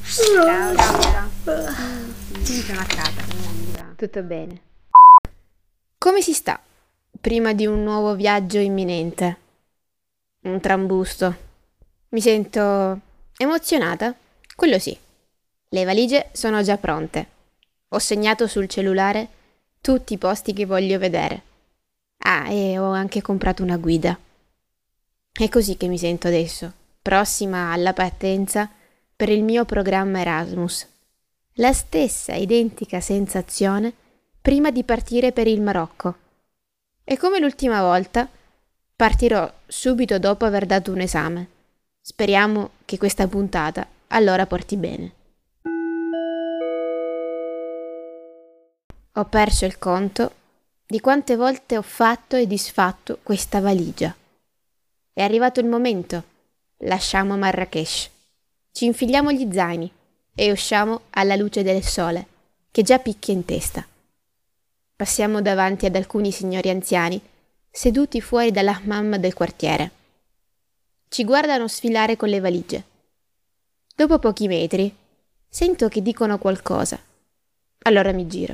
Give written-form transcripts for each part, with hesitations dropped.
Ciao, Laura. Sì, sono a casa. Tutto bene. Come si sta prima di un nuovo viaggio imminente? Un trambusto. Mi sento emozionata? Quello sì. Le valigie sono già pronte. Ho segnato sul cellulare tutti i posti che voglio vedere. Ah, e ho anche comprato una guida. È così che mi sento adesso, prossima alla partenza per il mio programma Erasmus. La stessa identica sensazione prima di partire per il Marocco. E come l'ultima volta, partirò subito dopo aver dato un esame. Speriamo che questa puntata allora porti bene. Ho perso il conto di quante volte ho fatto e disfatto questa valigia. È arrivato il momento. Lasciamo Marrakech. Ci infiliamo gli zaini e usciamo alla luce del sole, che già picchia in testa. Passiamo davanti ad alcuni signori anziani, seduti fuori dall'hammam del quartiere. Ci guardano sfilare con le valigie. Dopo pochi metri, sento che dicono qualcosa. Allora mi giro.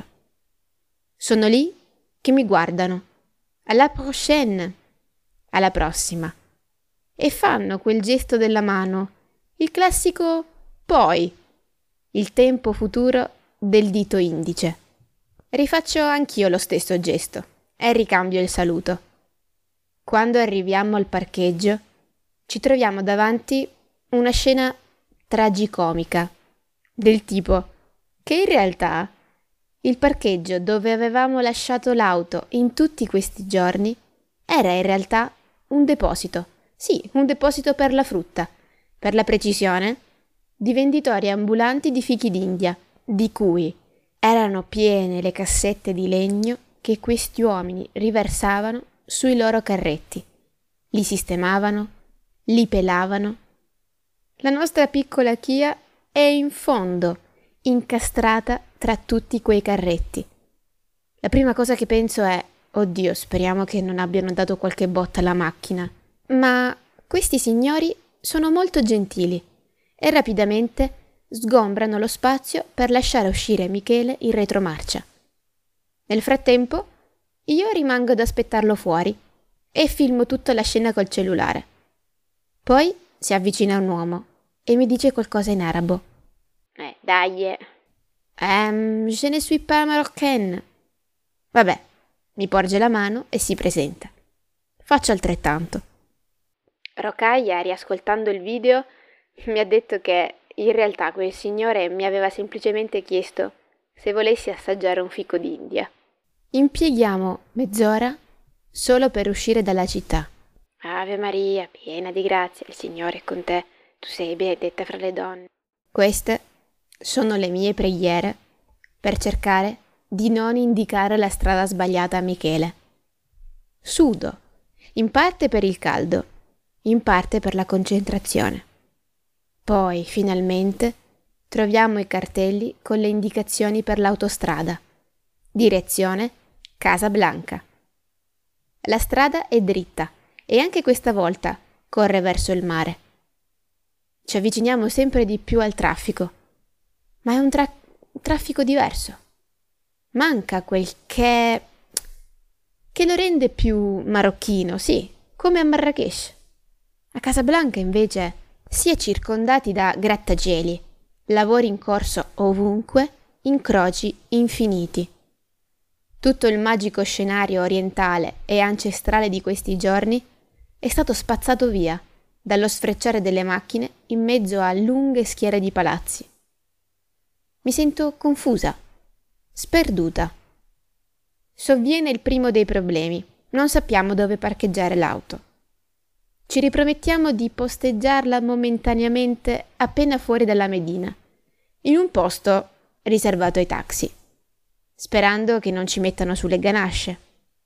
Sono lì che mi guardano. Alla prochaine. Alla prossima. E fanno quel gesto della mano, il classico poi, il tempo futuro del dito indice. Rifaccio anch'io lo stesso gesto e ricambio il saluto. Quando arriviamo al parcheggio, ci troviamo davanti una scena tragicomica, del tipo che in realtà il parcheggio dove avevamo lasciato l'auto in tutti questi giorni era in realtà un deposito. Sì, un deposito per la frutta. Per la precisione, di venditori ambulanti di fichi d'India, di cui erano piene le cassette di legno che questi uomini riversavano sui loro carretti. Li sistemavano, li pelavano. La nostra piccola Kia è in fondo, incastrata tra tutti quei carretti. La prima cosa che penso è: oddio, speriamo che non abbiano dato qualche botta alla macchina. Ma questi signori sono molto gentili e rapidamente sgombrano lo spazio per lasciare uscire Michele in retromarcia. Nel frattempo, io rimango ad aspettarlo fuori e filmo tutta la scena col cellulare. Poi si avvicina un uomo e mi dice qualcosa in arabo. Dai. Je ne suis pas marocaine. Vabbè, mi porge la mano e si presenta. Faccio altrettanto. Rocaia, riascoltando il video, mi ha detto che in realtà quel signore mi aveva semplicemente chiesto se volessi assaggiare un fico d'India. Impieghiamo mezz'ora solo per uscire dalla città. Ave Maria, piena di grazia, il Signore è con te, tu sei benedetta fra le donne. Queste sono le mie preghiere per cercare di non indicare la strada sbagliata a Michele. Sudo, in parte per il caldo, in parte per la concentrazione. Poi, finalmente, troviamo i cartelli con le indicazioni per l'autostrada. Direzione Casablanca. La strada è dritta e anche questa volta corre verso il mare. Ci avviciniamo sempre di più al traffico, ma è un traffico diverso. Manca quel che lo rende più marocchino, sì, come a Marrakech. A Casablanca invece si è circondati da grattacieli, lavori in corso ovunque, incroci infiniti. Tutto il magico scenario orientale e ancestrale di questi giorni è stato spazzato via dallo sfrecciare delle macchine in mezzo a lunghe schiere di palazzi. Mi sento confusa, sperduta. Sovviene il primo dei problemi, non sappiamo dove parcheggiare l'auto. Ci ripromettiamo di posteggiarla momentaneamente appena fuori dalla Medina, in un posto riservato ai taxi, sperando che non ci mettano sulle ganasce.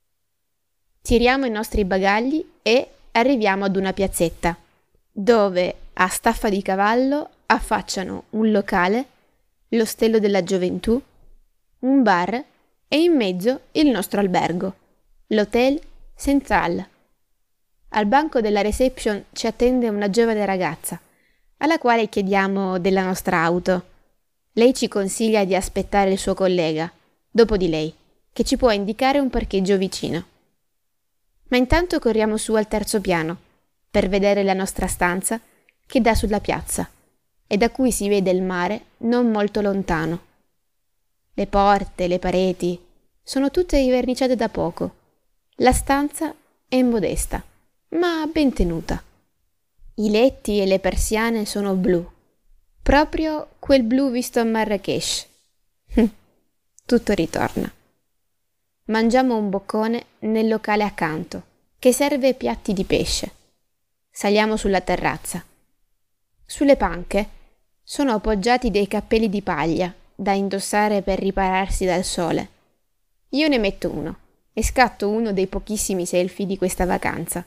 Tiriamo i nostri bagagli e arriviamo ad una piazzetta, dove a staffa di cavallo affacciano un locale, l'Ostello della Gioventù, un bar e in mezzo il nostro albergo, l'Hotel Central. Al banco della reception ci attende una giovane ragazza, alla quale chiediamo della nostra auto. Lei ci consiglia di aspettare il suo collega, dopo di lei, che ci può indicare un parcheggio vicino. Ma intanto corriamo su al terzo piano, per vedere la nostra stanza che dà sulla piazza e da cui si vede il mare non molto lontano. Le porte, le pareti sono tutte riverniciate da poco. La stanza è modesta, ma ben tenuta. I letti e le persiane sono blu, proprio quel blu visto a Marrakech. Tutto ritorna. Mangiamo un boccone nel locale accanto, che serve piatti di pesce. Saliamo sulla terrazza. Sulle panche sono appoggiati dei cappelli di paglia da indossare per ripararsi dal sole. Io ne metto uno e scatto uno dei pochissimi selfie di questa vacanza.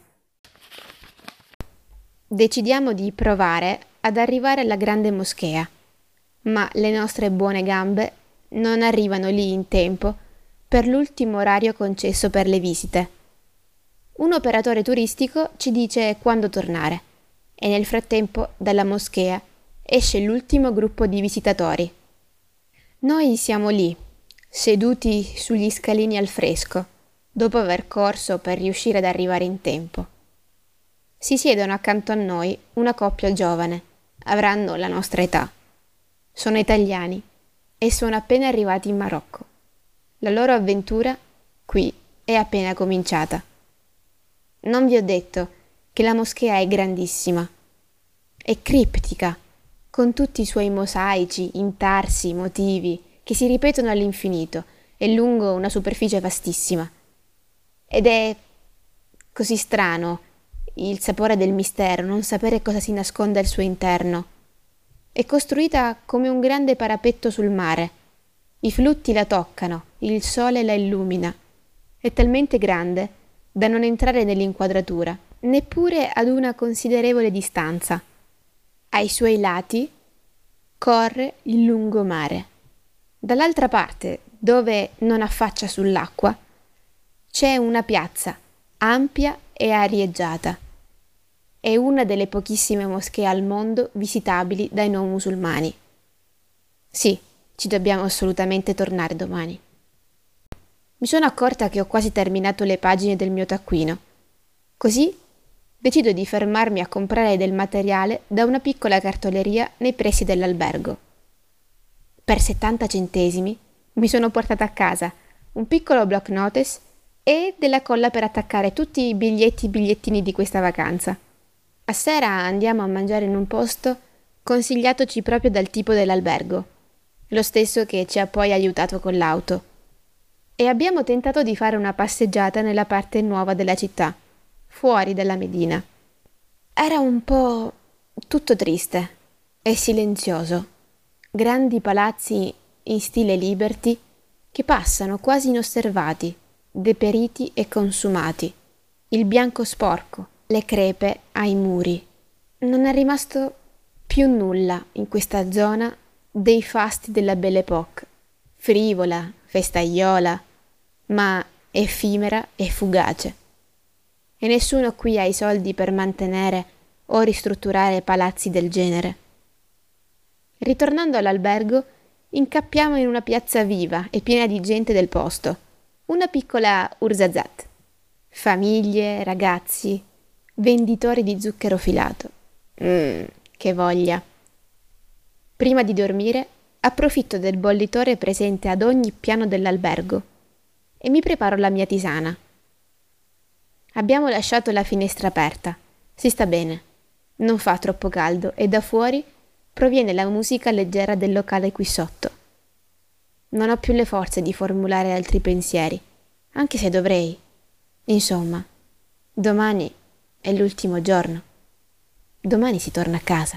Decidiamo di provare ad arrivare alla grande moschea, ma le nostre buone gambe non arrivano lì in tempo per l'ultimo orario concesso per le visite. Un operatore turistico ci dice quando tornare e nel frattempo dalla moschea esce l'ultimo gruppo di visitatori. Noi siamo lì, seduti sugli scalini al fresco, dopo aver corso per riuscire ad arrivare in tempo. Si siedono accanto a noi una coppia giovane, avranno la nostra età. Sono italiani e sono appena arrivati in Marocco. La loro avventura qui è appena cominciata. Non vi ho detto che la moschea è grandissima. È criptica, con tutti i suoi mosaici, intarsi, motivi, che si ripetono all'infinito e lungo una superficie vastissima. Ed è così strano il sapore del mistero, non sapere cosa si nasconde al suo interno. È costruita come un grande parapetto sul mare. I flutti la toccano, il sole la illumina. È talmente grande da non entrare nell'inquadratura, neppure ad una considerevole distanza. Ai suoi lati corre il lungomare. Dall'altra parte, dove non affaccia sull'acqua, c'è una piazza ampia e arieggiata. È una delle pochissime moschee al mondo visitabili dai non musulmani. Sì, ci dobbiamo assolutamente tornare domani. Mi sono accorta che ho quasi terminato le pagine del mio taccuino. Così decido di fermarmi a comprare del materiale da una piccola cartoleria nei pressi dell'albergo. Per 70 centesimi mi sono portata a casa un piccolo block notice e della colla per attaccare tutti i bigliettini di questa vacanza. A sera andiamo a mangiare in un posto consigliatoci proprio dal tipo dell'albergo, lo stesso che ci ha poi aiutato con l'auto. E abbiamo tentato di fare una passeggiata nella parte nuova della città, fuori dalla Medina. Era un po' tutto triste e silenzioso. Grandi palazzi in stile Liberty che passano quasi inosservati, deperiti e consumati. Il bianco sporco, le crepe ai muri. Non è rimasto più nulla in questa zona dei fasti della Belle Époque, frivola, festaiola, ma effimera e fugace. E nessuno qui ha i soldi per mantenere o ristrutturare palazzi del genere. Ritornando all'albergo, incappiamo in una piazza viva e piena di gente del posto, una piccola Ouarzazate. Famiglie, ragazzi, venditori di zucchero filato. Che voglia! Prima di dormire, approfitto del bollitore presente ad ogni piano dell'albergo e mi preparo la mia tisana. Abbiamo lasciato la finestra aperta. Si sta bene. Non fa troppo caldo e da fuori proviene la musica leggera del locale qui sotto. Non ho più le forze di formulare altri pensieri, anche se dovrei. Insomma, domani è l'ultimo giorno. Domani si torna a casa.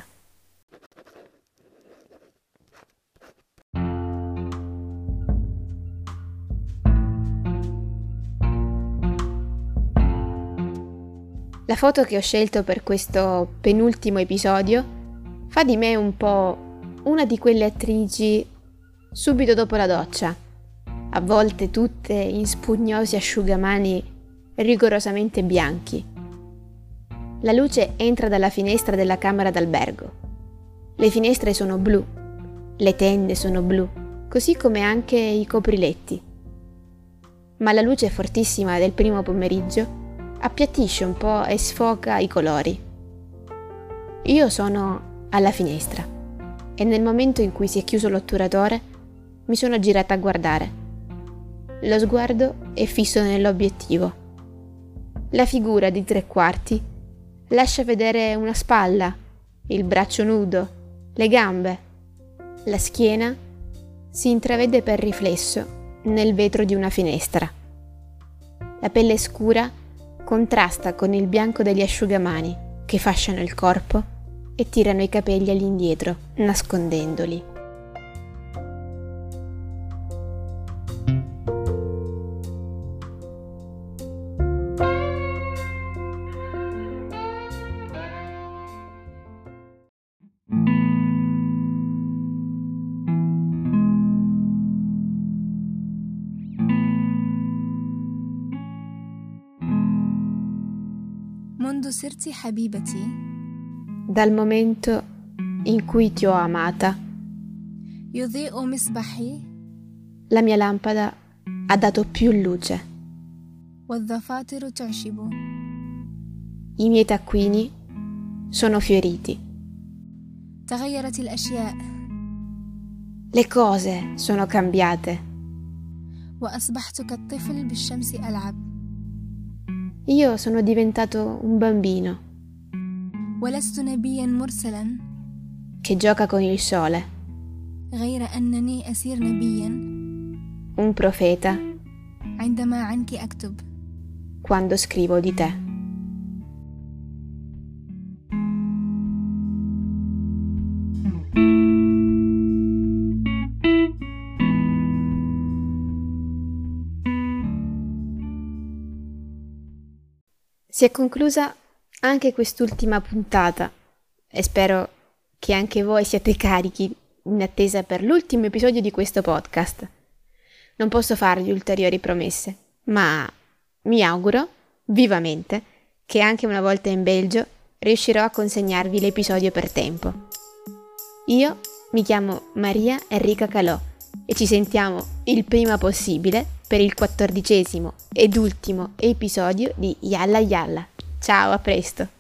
La foto che ho scelto per questo penultimo episodio fa di me un po' una di quelle attrici subito dopo la doccia, a volte tutte in spugnosi asciugamani rigorosamente bianchi. La luce entra dalla finestra della camera d'albergo Le finestre sono blu, le tende sono blu, così come anche i copriletti. Ma la luce fortissima del primo pomeriggio appiattisce un po' e sfoca i colori. Io sono alla finestra e nel momento in cui si è chiuso l'otturatore mi sono girata a guardare. Lo sguardo è fisso nell'obiettivo. La figura di 3/4 lascia vedere una spalla, il braccio nudo, le gambe. La schiena si intravede per riflesso nel vetro di una finestra. La pelle scura contrasta con il bianco degli asciugamani che fasciano il corpo e tirano i capelli all'indietro, nascondendoli. منذ صرت حبيبتي Dal momento in cui ti ho amata, يضيء مصباحي la mia lampada ha dato più luce. والضفادع تعشب I miei taccuini sono fioriti. تغيرت الأشياء Le cose sono cambiate. وأصبحت كالطفل بالشمس ألعب Io sono diventato un bambino ولست نبيا مرسلا che gioca con il sole, غير أنني أسير نبيا un profeta عندما عنك أكتب quando scrivo di te. Si è conclusa anche quest'ultima puntata e spero che anche voi siate carichi in attesa per l'ultimo episodio di questo podcast. Non posso farvi ulteriori promesse, ma mi auguro vivamente che anche una volta in Belgio riuscirò a consegnarvi l'episodio per tempo. Io mi chiamo Maria Enrica Calò e ci sentiamo il prima possibile per il 14° ed ultimo episodio di Yalla Yalla. Ciao, a presto!